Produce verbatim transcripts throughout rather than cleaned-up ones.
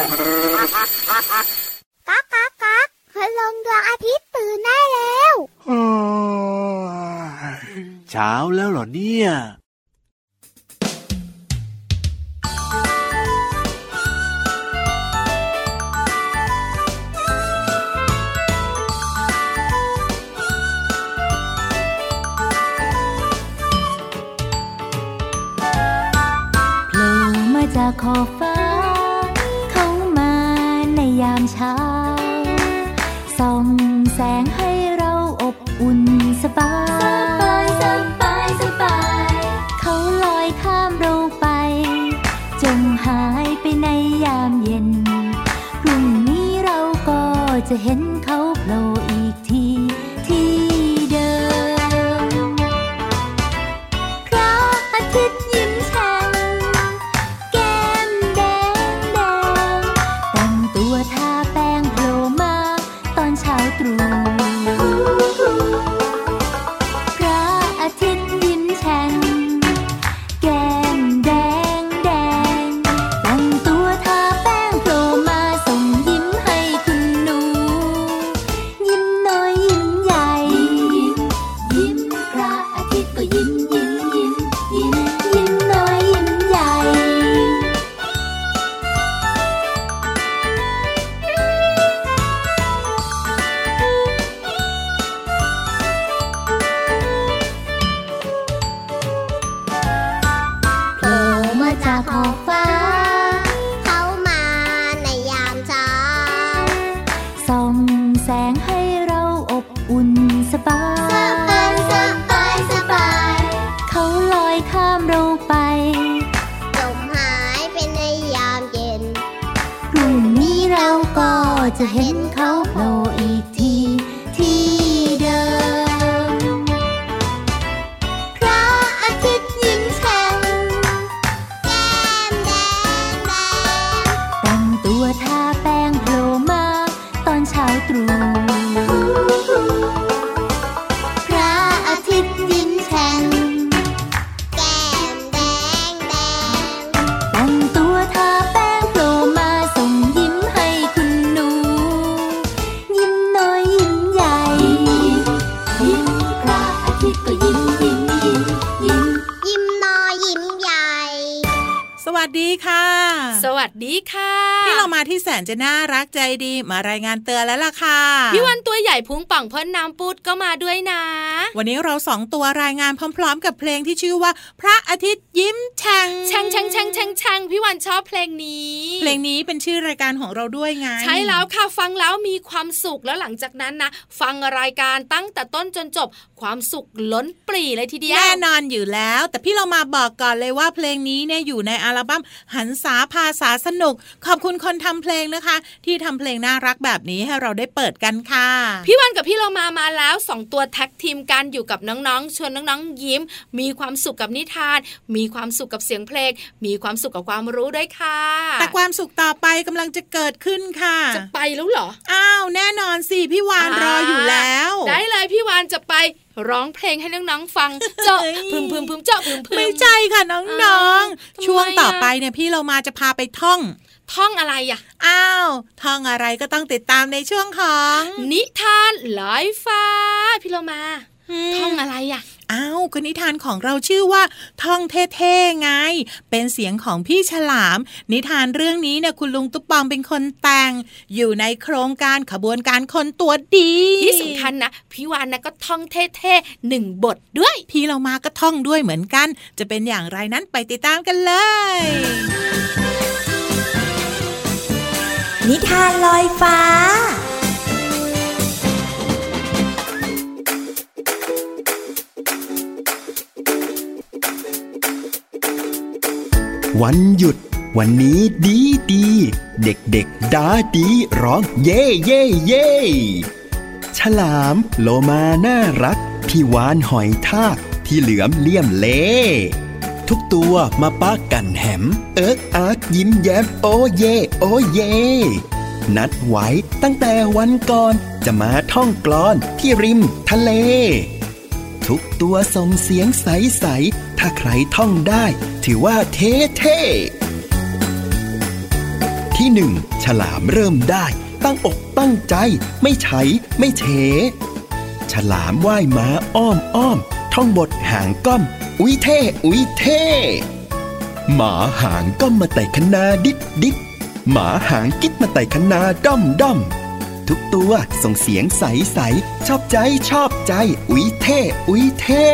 ก๊ากก๊ากก๊ากพลังดวงอาทิตย์ตื่นได้แล้วเช้าแล้วเหรอเนี่ยจากขอบฟ้าเข้ามาในยามเช้าส่องแสงให้เราอบอุ่นสบายสบายสบายเขาลอยข้ามเราไปจงหายไปในยามเย็นพรุ่งนี้เราก็จะเห็นเขาโผล่อีกทีที่เดิมพระอาทิตย์ยิ้มแฉ่งพระอาทิตย์ยิ้มแฉ่งแก้มแดงแดงแต่งตัวทาแป้งโผล่มาส่งยิ้มให้คุณหนูยิ้มน้อยยิ้มใหญ่ยิ้มยิ้มพระอาทิตย์ก็ยิ้มยิ้มยิ้มยิ้มยิ้มน้อยยิ้มใหญ่จากขอบฟ้าเข้ามาในยามเช้าส่องแสงให้เราอบอุ่นสบายสบายสบายสบายเขาลอยข้ามเราไปจมหายไปในยามเย็นพรุ่งนี้เราก็จะเห็นเขาโผล่อีกทีที่เดิมพระอาทิตย์ยิ้มแฉ่งตัวทาแป้งโผล่มาตอนเช้าตรู่พระอาทิตย์ยิ้มแฉ่งแก้มแดงแดงแต่งตัวทาแป้งโผล่มาส่งยิ้มให้คุณหนูยิ้มน้อยยิ้มใหญ่ยิ้มพระอาทิตย์ก็ยิ้มยิ้มยิ้มยิ้มยิ้มน้อยยิ้มใหญ่สวัสดีค่ะสวัสดีค่ะนี่เรามาที่แสนจะน่ารักใจดีมารายงานเตือนแล้วล่ะค่ะพี่วันตัวใหญ่พุงป่องพ่นน้ำปูดก็มาด้วยนะวันนี้เราสองตัวรายงานพร้อมๆกับเพลงที่ชื่อว่าพระอาทิตย์ยิ้มแฉ่งแฉ่งแฉ่งแฉ่งแฉ่งแฉ่งพี่วันชอบเพลงนี้เพลงนี้เป็นชื่อรายการของเราด้วยไงใช่แล้วค่ะฟังแล้วมีความสุขแล้วหลังจากนั้นนะฟังรายการตั้งแต่ต้นจนจบความสุขล้นปรีเลยทีเดียวแน่นอนอยู่แล้วแต่พี่เรามาบอกก่อนเลยว่าเพลงนี้เนี่ยอยู่ในอัลบั้มหันษาภาษาสนุกขอบคุณคนทำเพลงนะคะที่ทำเพลงน่ารักแบบนี้ให้เราได้เปิดกันค่ะพี่วันกับพี่เรามามาแล้วสองตัวแท็กทีมกันอยู่กับน้องๆชวนน้องๆยิ้มมีความสุขกับนิทานมีความสุขกับเสียงเพลงมีความสุขกับความรู้ด้วยค่ะแต่ความสุขต่อไปกำลังจะเกิดขึ้นค่ะจะไปแล้วเหรออ้าวแน่นอนสิพี่วานรออยู่แล้วได้เลยพี่วานจะไปร้องเพลงให้น้องๆฟังเจาะพึมพึมพึมเจาะพึมพึมไม่ใช่ค่ะน้องๆช่วงต่อไปเนี่ยพี่เรามาจะพาไปท่องท่องอะไรอ่ะอ้าวท่องอะไรก็ต้องติดตามในช่วงของนิทานลอยฟ้าพี่เรามาท่องอะไรอ่ะอ้าวก็นิทานของเราชื่อว่าท่องเท่ๆไงเป็นเสียงของพี่ฉลามนิทานเรื่องนี้เนี่ยคุณลุงตุ๊กปองเป็นคนแต่งอยู่ในโครงการขบวนการคนตัวดีที่สำคัญนะพี่วานนะก็ท่องเท่ๆหนึ่งบทด้วยพี่เรามาก็ท่องด้วยเหมือนกันจะเป็นอย่างไรนั้นไปติดตามกันเลยนิทานลอยฟ้าวันหยุดวันนี้ดีดีเด็กๆดาดีร้องเย่เย่เย่ฉลามโลมาน่ารักพี่วานหอยทากพี่เหลือมเลี่ยมเล่ทุกตัวมาปะกันแหมเอิ๊กอาร์กยิ้มแย้มโอเย่โอเย่นัดไว้ตั้งแต่วันก่อนจะมาท่องกลอนที่ริมทะเลทุกตัวส่งเสียงใสๆถ้าใครท่องได้ถือว่าเท่ๆที่หนึ่งฉลามเริ่มได้ตั้งอกตั้งใจไม่ไฉไม่เฉฉลามว่ายม้าอ้อมอ้อมท่องบทหางก้อมอุ้ยเท่อุ้ยเท่หมาหางก้อมมาไต่คะนาดิดดิดหมาหางกิ๊ดมาไต่คะนาด้อมด้อมทุกตัวส่งเสียงใสใสชอบใจชอบใจอุ้ยเท่อุ้ยเท่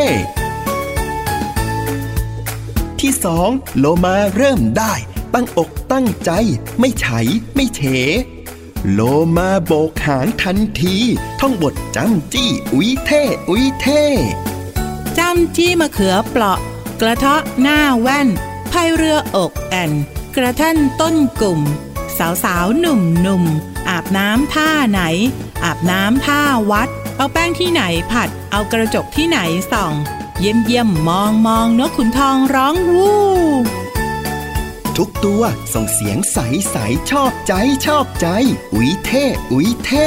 ที่สองโลมาเริ่มได้ตั้งอกตั้งใจไม่ไฉไม่เฉโลมาโบกหางทันทีท่องบทจำจี้อุ้ยเท่อุ้ยเท่จำจี้มะเขือเปราะกระเทาะหน้าแว่นพายเรืออกแอนกระทั่นต้นกลุ่มสาวสาวหนุ่มหนุ่มอาบน้ำท่าไหนอาบน้ำท่าวัดเอาแป้งที่ไหนผัดเอากระจกที่ไหนส่องเยี่ยมเยี่ยมมองมองนกขุนทองร้องวู้ทุกตัวส่งเสียงใสใสชอบใจชอบใจอุ๊ยเท่อุ๊ยเท่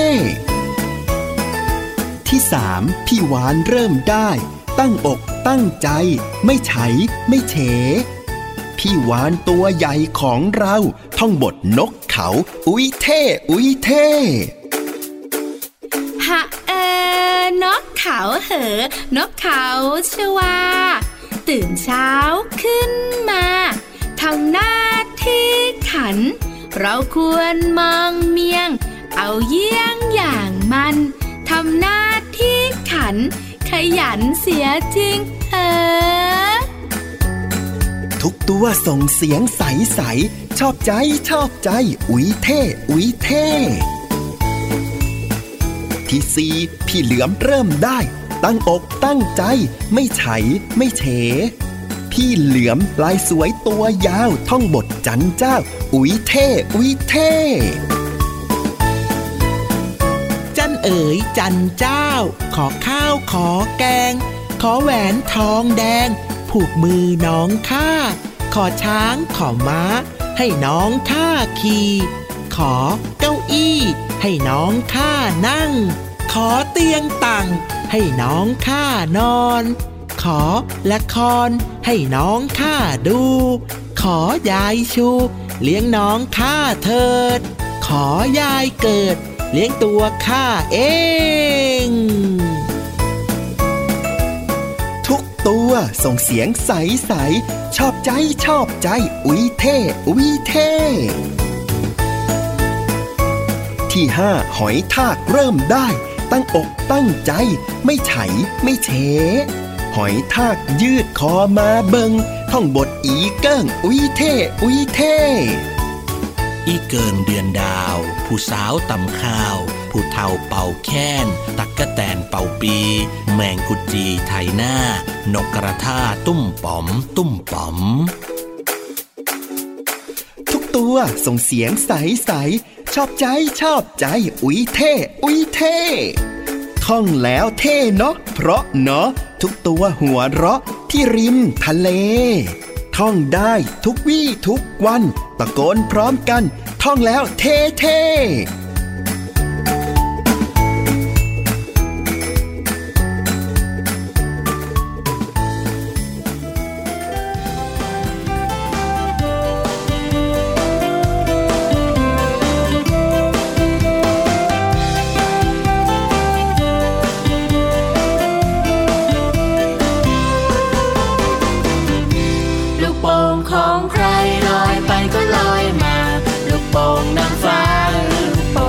ที่สามพี่วานเริ่มได้ตั้งอกตั้งใจไม่ไฉไม่เฉพี่วานตัวใหญ่ของเราท่องบทนกเขาอุ๊ยเท่อุ๊ยเท่ฮะเออนกเขาเหอนกเขาชวาตื่นเช้าขึ้นมาทำหน้าที่ขันเราควรมองเมียงเอาเยี่ยงอย่างมันทำหน้าที่ขันขยันเสียจริงเออทุกตัวส่งเสียงใสๆชอบใจชอบใจอุ๊ยเท่อุ๊ยเท่ที่สี่พี่เหลือมเริ่มได้ตั้งอกตั้งใจไม่ไฉไม่เฉพี่เหลือมลายสวยตัวยาวท่องบทจันเจ้าอุ๊ยเท่อุ๊ยเท่จันเอ๋ยจันเจ้าขอข้าวขอแกงขอแหวนทองแดงผูกมือน้องข้าขอช้างขอม้าให้น้องข้าขี่ขอเก้าอี้ให้น้องข้านั่งขอเตียงตั้งให้น้องข้านอนขอละครให้น้องข้าดูขอยายชูเลี้ยงน้องข้าเถิดขอยายเกิดเลี้ยงตัวข้าเองทุกตัวส่งเสียงใสๆชอบใจชอบใจอุ๊ยเท่อุ๊ยเท่ที่ห้าหอยทากเริ่มได้ตั้งอกตั้งใจไม่ไฉไม่เฉหอยทากยืดคอมาเบิงท่องบทอีเกิ้งอุ๊ยเท่อุ๊ยเท่อีเกิงเดือนดาวผู้สาวตำข้าวผู้เฒ่าเป่าแค้นตักกะแตนเป่าปีแมงกุจีไถหน้านกกระทาตุ้มป๋อมตุ้มป๋อมทุกตัวส่งเสียงใสๆชอบใจชอบใจอุ๊ยเท่อุ๊ยเท่ท่องแล้วเท่เนาะเพราะเนาะทุกตัวหัวเราะที่ริมทะเลท่องได้ทุกวี่ทุกวันตะโกนพร้อมกันท่องแล้วเท่เท่ของใครลอยไปก็ลอยมาลูกโป่งนางฟ้าลูกโป่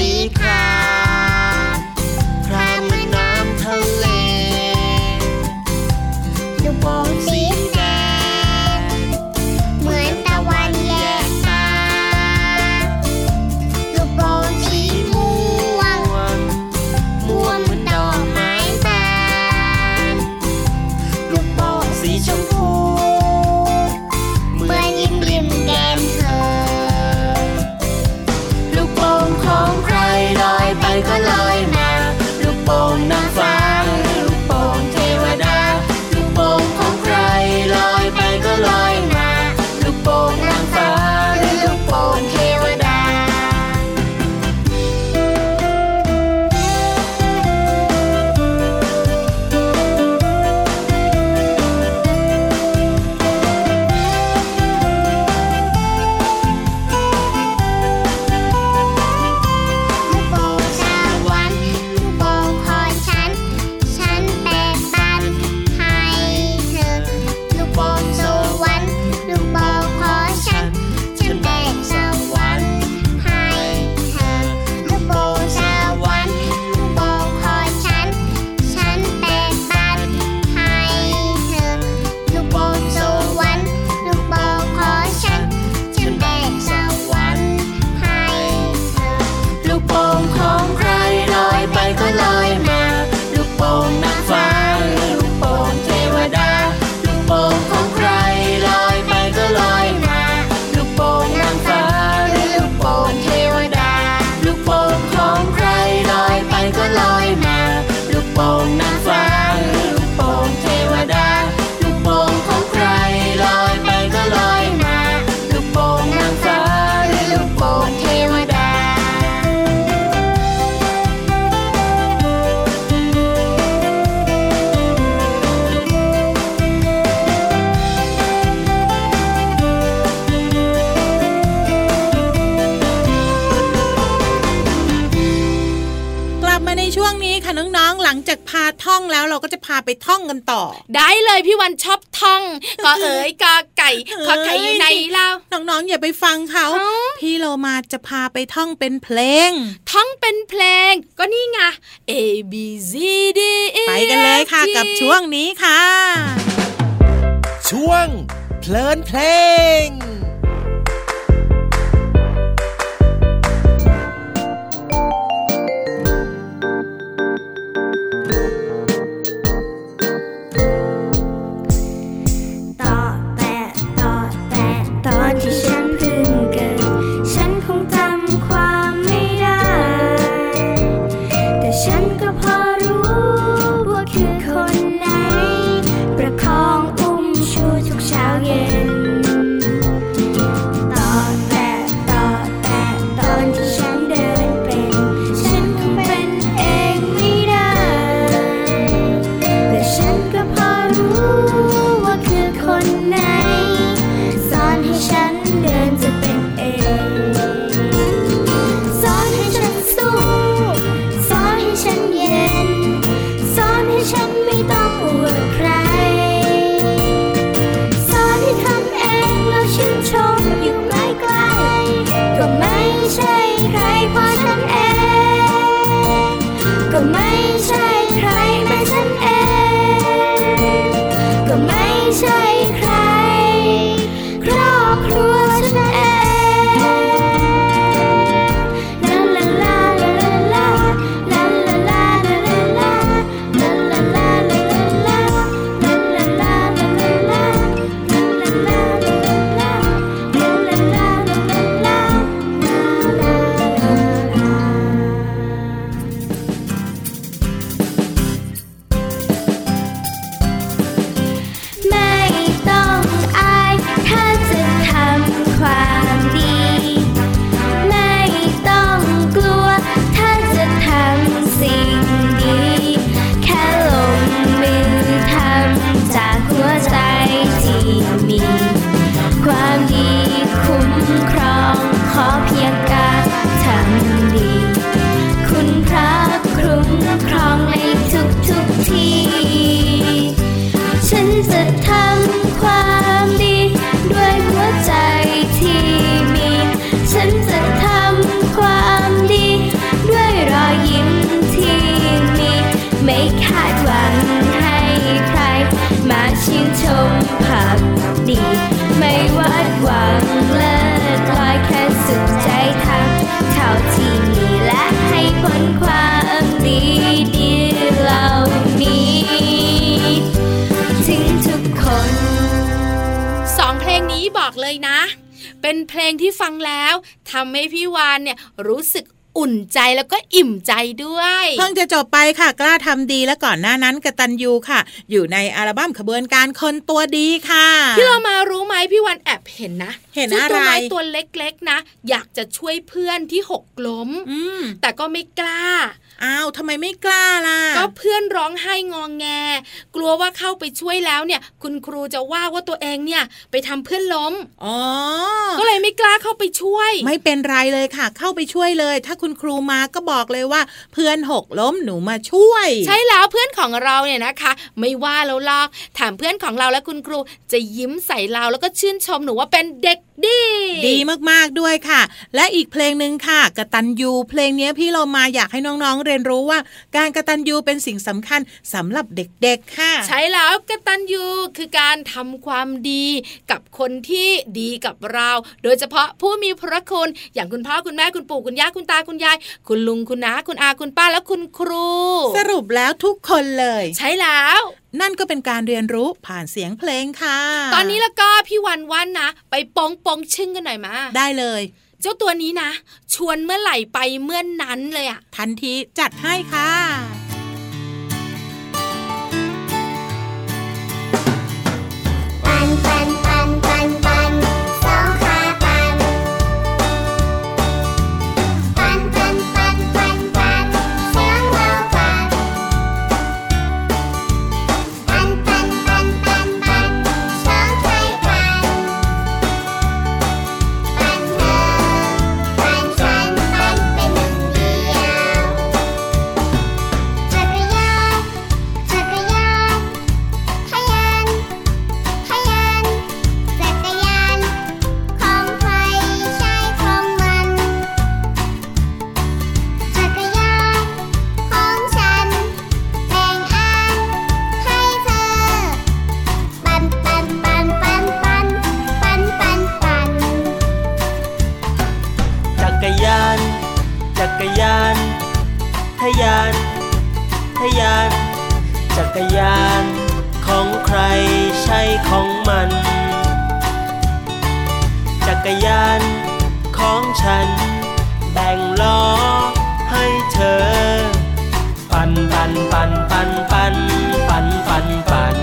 สีครามครามเหมือนน้ำทะเลลูกโป่งสีแดงเหมือนตะวันแยกตาลูกโป่งสีม่วงม่วงเหมือนดอกไม้บานลูกโป่งสีชมพูเหมือนยิ้มริมแก้มเธอลูกโป่งของใครลอยไปก็ลอยมาลูกโป่งนางฟ้าลูกโป่งเทวดาลูกโป่งของใครลอยไปก็ลอยมาลูกโป่งนางฟ้าหรือลูกโป่งเทวดาลูกโป่งสวรรค์ลูกโป่งของฉันฉันแบ่งปันให้เธอลูกโป่งสวรรค์ลูกโป่งของฉันฉันแบ่งสวรรค์ให้เธอลูกโป่งสวรรค์ลูกโป่งของฉันฉันแบ่งปันให้เธอลูกโป่งสวรรค์ลูกโป่งของฉันฉันแบ่งสวรรค์ให้เธอลูกโป่งของใครลอยไปก็ลอยมาลูกโป่งนางฟ้าลูกโป่งเทวดาลูกโป่งของใครลอยไปก็ลอยมาลูกโป่งนางฟ้าหรือลูกโป่งเทวดาลูกโป่งของใครลอยไปก็ลอยมาลูกโป่งนางฟ้าหรือลูกโป่งเทวดาลูกโป่งของใครลอยไปก็ลอยมาลูกโป่งนางฟ้าหรือลูกโป่งเทวดากลับมาในช่วงนี้ค่ะน้องๆหลังจากพาท่องแล้วเราก็จะพาไปท่องกันต่อได้เลยพี่วันชอบท่องกอเอ๋ยกอไก่ขอไข่อยู่ในเล่าน้องๆอย่าไปฟังเขาพี่โลมาจะพาไปท่องเป็นเพลงท่องเป็นเพลงก็นี่ไง A B C D E ไปกันเลยค่ะกับช่วงนี้ค่ะช่วงเพลินเพลงที่ฉันเพิ่งเกิดฉันคงจำความไม่ได้แต่ฉันก็พอรู้ว่าคือคนไหนประคองอุ้มชูทุกเช้าเย็นคนความดีดีเหล่านี้ถึงทุกคนสองเพลงนี้บอกเลยนะเป็นเพลงที่ฟังแล้วทำให้พี่วานเนี่ยรู้สึกอุ่นใจแล้วก็อิ่มใจด้วยเพิ่งจะจบไปค่ะกล้าทำดีและก่อนหน้านั้นกตัญญูค่ะอยู่ในอัลบั้มขบวนการคนตัวดีค่ะพี่เรามารู้ไหมพี่วันแอบเห็นนะเห็นอะไรตัวไม้ตัวเล็กๆนะอยากจะช่วยเพื่อนที่หกล้มแต่ก็ไม่กล้าอ้าวทำไมไม่กล้าล่ะก็เพื่อนร้องไห้งองแงกลัวว่าเข้าไปช่วยแล้วเนี่ยคุณครูจะว่าว่าตัวเองเนี่ยไปทำเพื่อนล้มอ๋อก็เลยไม่กล้าเข้าไปช่วยไม่เป็นไรเลยค่ะเข้าไปช่วยเลยถ้าคุณครูมาก็บอกเลยว่าเพื่อนหกล้มหนูมาช่วยใช่แล้วเพื่อนของเราเนี่ยนะคะไม่ว่าแล้วหรอกถามเพื่อนของเราและคุณครูจะยิ้มใส่เราแล้วก็ชื่นชมหนูว่าเป็นเด็กดีดีมากๆด้วยค่ะและอีกเพลงนึงค่ะกตัญญูเพลงนี้พี่เรามาอยากให้น้องๆเรียนรู้ว่าการกตัญญูเป็นสิ่งสำคัญสำหรับเด็กๆค่ะใช่แล้วกตัญญูคือการทำความดีกับคนที่ดีกับเราโดยเฉพาะผู้มีพระคุณอย่างคุณพ่อคุณแม่คุณปู่คุณย่าคุณตาคุณยายคุณลุงคุณน้าคุณอาคุณป้าและคุณครูสรุปแล้วทุกคนเลยใช่แล้วนั่นก็เป็นการเรียนรู้ผ่านเสียงเพลงค่ะตอนนี้แล้วก็พี่วันวันนะไปปองปองชึ่งกันหน่อยมาได้เลยเจ้าตัวนี้นะชวนเมื่อไหร่ไปเมื่อนนั้นเลยอะทันทีจัดให้ค่ะปันปันปันปันปันสองขาปันปันปันปันปันปันเสียงเราปันปันปันปันปันปันสองใจปันปันเธอปันฉันปันเป็นหนึ่งเดียวจักรยานจักรยานทะยานทะยานจักรยานของใครใช้ของมันจักรยานของฉันแบ่งอันให้เธอปันปันปันปันปันปันปันปันจักรยานจักรยานทะยานทะยานจักรยานของใครใช้ของมันจักรยานของฉันแบ่งล้อให้เธอปันปันปันปันปันปันปันปัน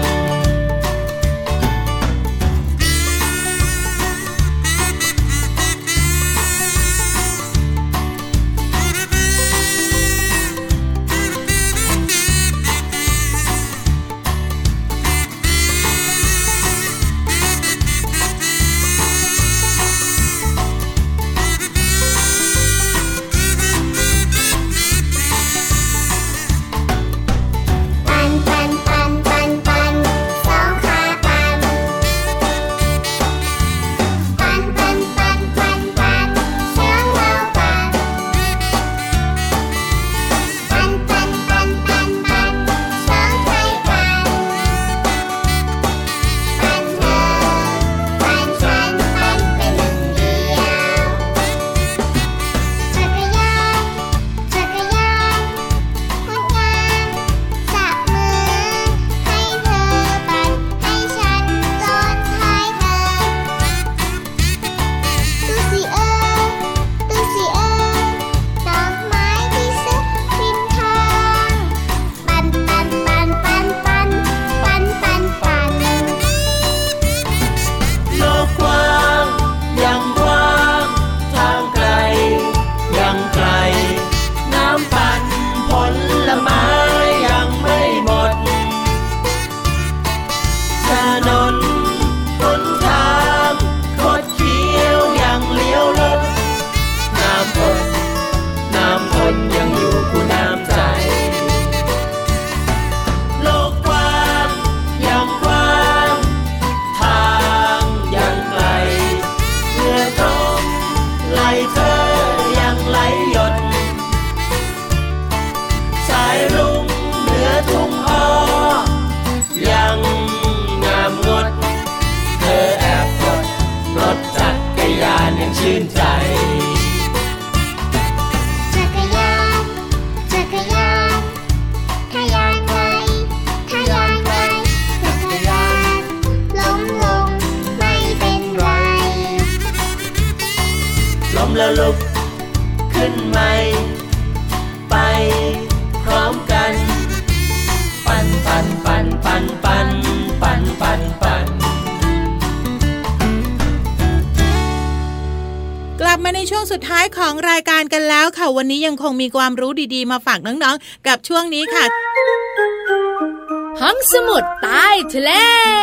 สุดท้ายของรายการกันแล้วค่ะวันนี้ยังคงมีความรู้ดีๆมาฝากน้องๆกับช่วงนี้ค่ะห้องสมุดใต้ทะเล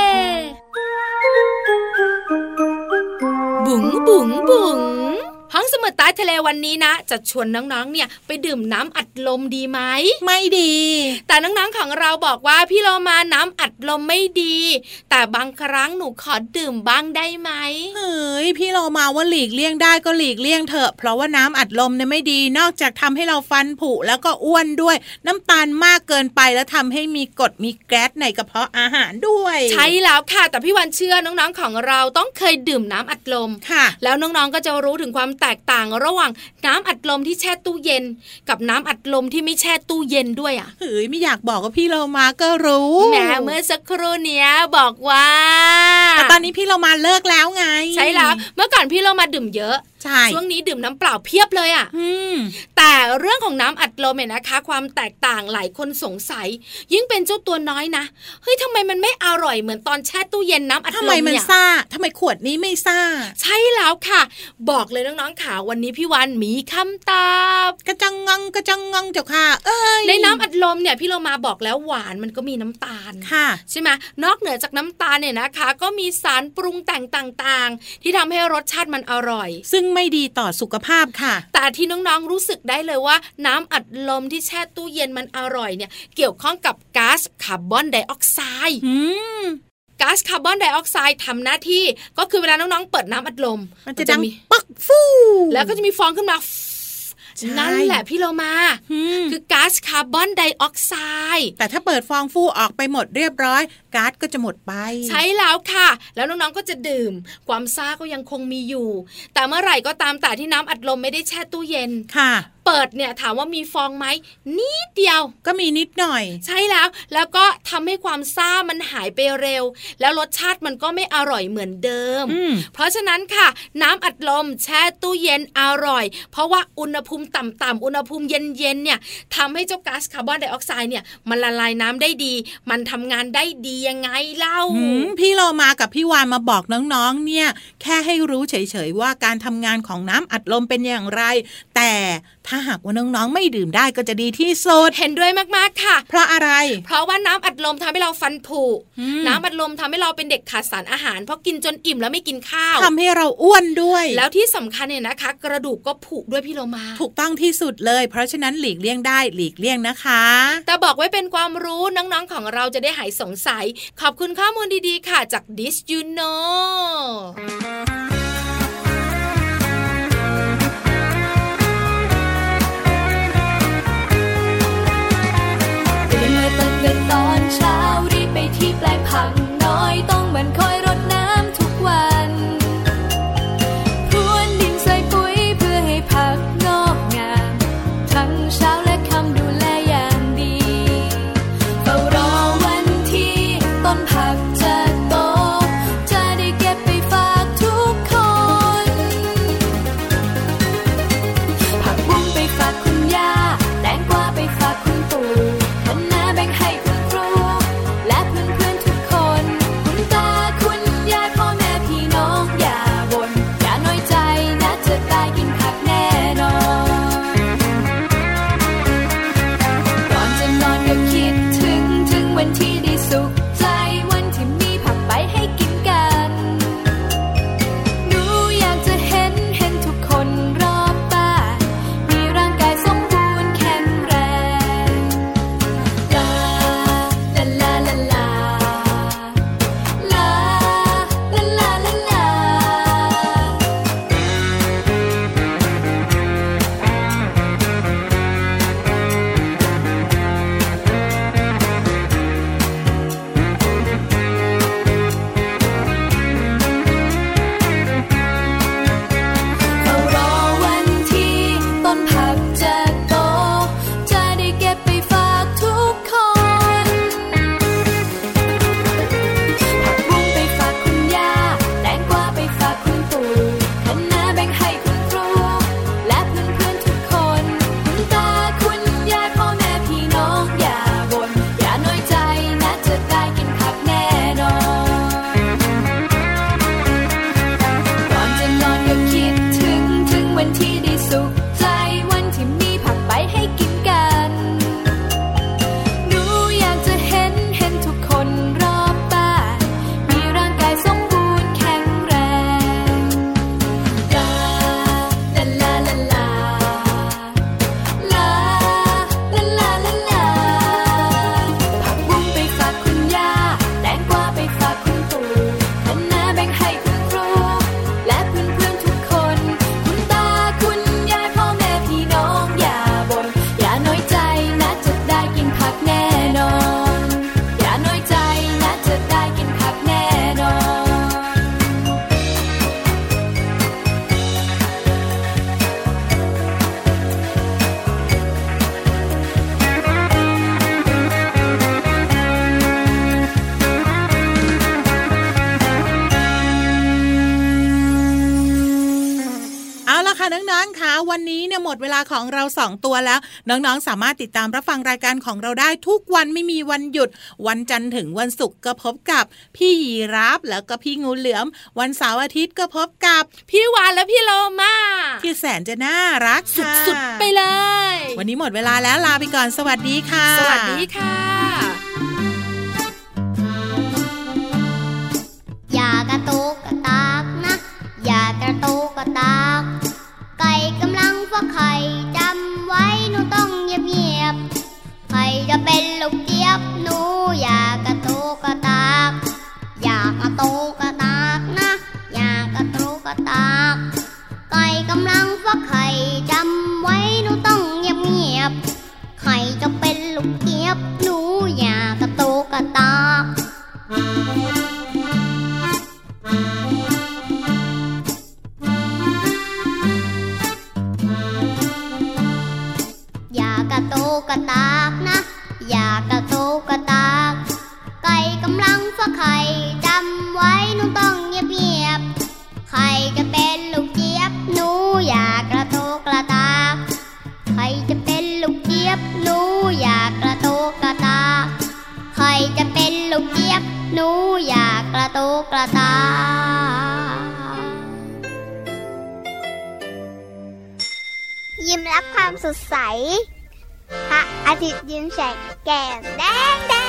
บุ๋งบุ๋งบุ๋งห้องสมุดใต้ทะเลวันนี้นะจะชวนน้องๆเนี่ยไปดื่มน้ำอัดลมดีไหมไม่ดีแต่น้องๆของเราบอกว่าพี่เรามาน้ำอัดลมไม่ดีแต่บางครั้งหนูขอดื่มบ้างได้ไหมเฮ้ยพี่เรามาว่าหลีกเลี่ยงได้ก็หลีกเลี่ยงเถอะเพราะว่าน้ำอัดลมเนี่ยไม่ดีนอกจากทำให้เราฟันผุแล้วก็อ้วนด้วยน้ำตาลมากเกินไปแล้วทำให้มีกรดมีแก๊สในกระเพาะอาหารด้วยใช่แล้วค่ะแต่พี่วันเชื่อน้องๆของเราต้องเคยดื่มน้ำอัดลมค่ะแล้วน้องๆก็จะรู้ถึงความแตกต่างระหว่างน้ำอัดลมที่แช่ตู้เย็นกับน้ำอัดลมที่ไม่แช่ตู้เย็นด้วยอ่ะเฮ้ยไม่อยากบอกว่าพี่เรามาก็รู้แหมเมื่อสักครู่เนี้ยบอกว่าแต่ตอนนี้พี่เรามาเลิกแล้วไงใช่แล้วเมื่อก่อนพี่เรามาดื่มเยอะช่วงนี้ดื่มน้ำเปล่าเพียบเลยอ่ะแต่เรื่องของน้ำอัดลมเนี่ยนะคะความแตกต่างหลายคนสงสัยยิ่งเป็นเจ้าตัวน้อยนะเฮ้ยทำไมมันไม่อร่อยเหมือนตอนแช่ตู้เย็นน้ำอัดลมเนี่ยทำไมมันซ่าทำไมขวดนี้ไม่ซ่าใช่แล้วค่ะบอกเลยน้องๆค่ะวันนี้พี่วันมีคำตอบกระจังงังกระจังงังเจ้าค่ะเอ้ยในน้ำอัดลมเนี่ยพี่เรามาบอกแล้วหวานมันก็มีน้ำตาลค่ะใช่ไหมนอกเหนือจากน้ำตาลเนี่ยนะคะก็มีสารปรุงแต่งต่างๆที่ทำให้รสชาติมันอร่อยซึ่งไม่ดีต่อสุขภาพค่ะแต่ที่น้องๆรู้สึกได้เลยว่าน้ำอัดลมที่แช่ตู้เย็นมันอร่อยเนี่ยเกี่ยวข้องกับก๊าซคาร์บอนไดออกไซด์ก๊าซคาร์บอนไดออกไซด์ทำหน้าที่ก็คือเวลาน้องๆเปิดน้ำอัดลมมันจะมีปักฟูแล้วก็จะมีฟองขึ้นมานั่นแหละพี่เรามาคือก๊าซคาร์บอนไดออกไซด์แต่ถ้าเปิดฟองฟูออกไปหมดเรียบร้อยก๊าซก็จะหมดไปใช่แล้วค่ะแล้วน้องๆก็จะดื่มความซ่าก็ยังคงมีอยู่แต่เมื่อไหร่ก็ตามแต่ที่น้ำอัดลมไม่ได้แช่ตู้เย็นค่ะเปิดเนี่ยถามว่ามีฟองไหมนิดเดียวก็มีนิดหน่อยใช่แล้วแล้วก็ทำให้ความซ่ามันหายไปเร็วแล้วรสชาติมันก็ไม่อร่อยเหมือนเดิมเพราะฉะนั้นค่ะน้ำอัดลมแช่ตู้เย็นอร่อยเพราะว่าอุณหภูมิต่ำๆอุณหภูมิเย็นๆเนี่ยทำให้เจ้าก๊าซคาร์บอนไดออกไซด์เนี่ยมันละลายน้ำได้ดีมันทำงานได้ดียังไงเล่าพี่เรามากับพี่วานมาบอกน้องๆเนี่ยแค่ให้รู้เฉยๆว่าการทำงานของน้ำอัดลมเป็นอย่างไรแต่ถ้าหากว่าน้องๆไม่ดื่มได้ก็จะดีที่สุดเห็นด้วยมากๆค่ะเพราะอะไรเพราะว่าน้ำอัดลมทำให้เราฟันผุน้ำอัดลมทำให้เราเป็นเด็กขาดสารอาหารเพราะกินจนอิ่มแล้วไม่กินข้าวทำให้เราอ้วนด้วยแล้วที่สำคัญเนี่ยนะคะกระดูกก็ผุด้วยพี่โลมาถูกต้องที่สุดเลยเพราะฉะนั้นหลีกเลี่ยงได้หลีกเลี่ยงนะคะแต่บอกไว้เป็นความรู้น้องๆของเราจะได้หายสงสัยขอบคุณข้อมูลดีๆค่ะจาก Did You Know ตอนเช้ารีบไปที่แปลงผักน้อยต้องหมั่นคอยรดน้ำทุกวันพรวนดินใส่ปุ๋ยเพื่อให้ผักงอกงามทั้งเช้าและค่ำดูแลอย่างดีเฝ้ารอวันที่ต้นผักจะโตจะได้เก็บไปฝากทุกคดเวลาของเราสองตัวแล้วน้องๆสามารถติดตามรับฟังรายการของเราได้ทุกวันไม่มีวันหยุดวันจันทร์ถึงวันศุกร์ก็พบกับพี่ยีราฟแล้วก็พี่งูเหลือมวันเสาร์อาทิตย์ก็พบกับพี่วานและพี่โลมาที่แสนจะน่ารักสุดๆไปเลยวันนี้หมดเวลาแล้วลาไปก่อนสวัสดีค่ะสวัสดีค่ะอย่ากระตุกกระตากนะอย่ากระตุกกระตากไก่กำลังฟักไข่จำไว้หนูต้องเงียบๆใครจะเป็นลูกเจี๊ยบหนูอย่ากระตุกกระตากอย่ากระตุกกระตากนะอย่ากระตุกกระตากไก่กำลังฟักไข่จำไว้หนูต้องเงียบๆใครจะเป็นลูกเจี๊ยบหนูอย่ากระตุกกระตากอย่ากระตุกกระตากนะอย่ากระตุกกระตากไก่กำลังฟักไข่จำไว้หนูต้องเงียบๆใครจะเป็นลูกเจี๊ยบหนูอย่ากระตุกกระตากใครจะเป็นลูกเจี๊ยบหนูอย่ากระตุกกระตากใครจะเป็นลูกเจี๊ยบหนูอย่ากระตุกกระตากยิ้มรับความสดใสพระอาทิตย์ยิ้มแฉกแก้มแดงแด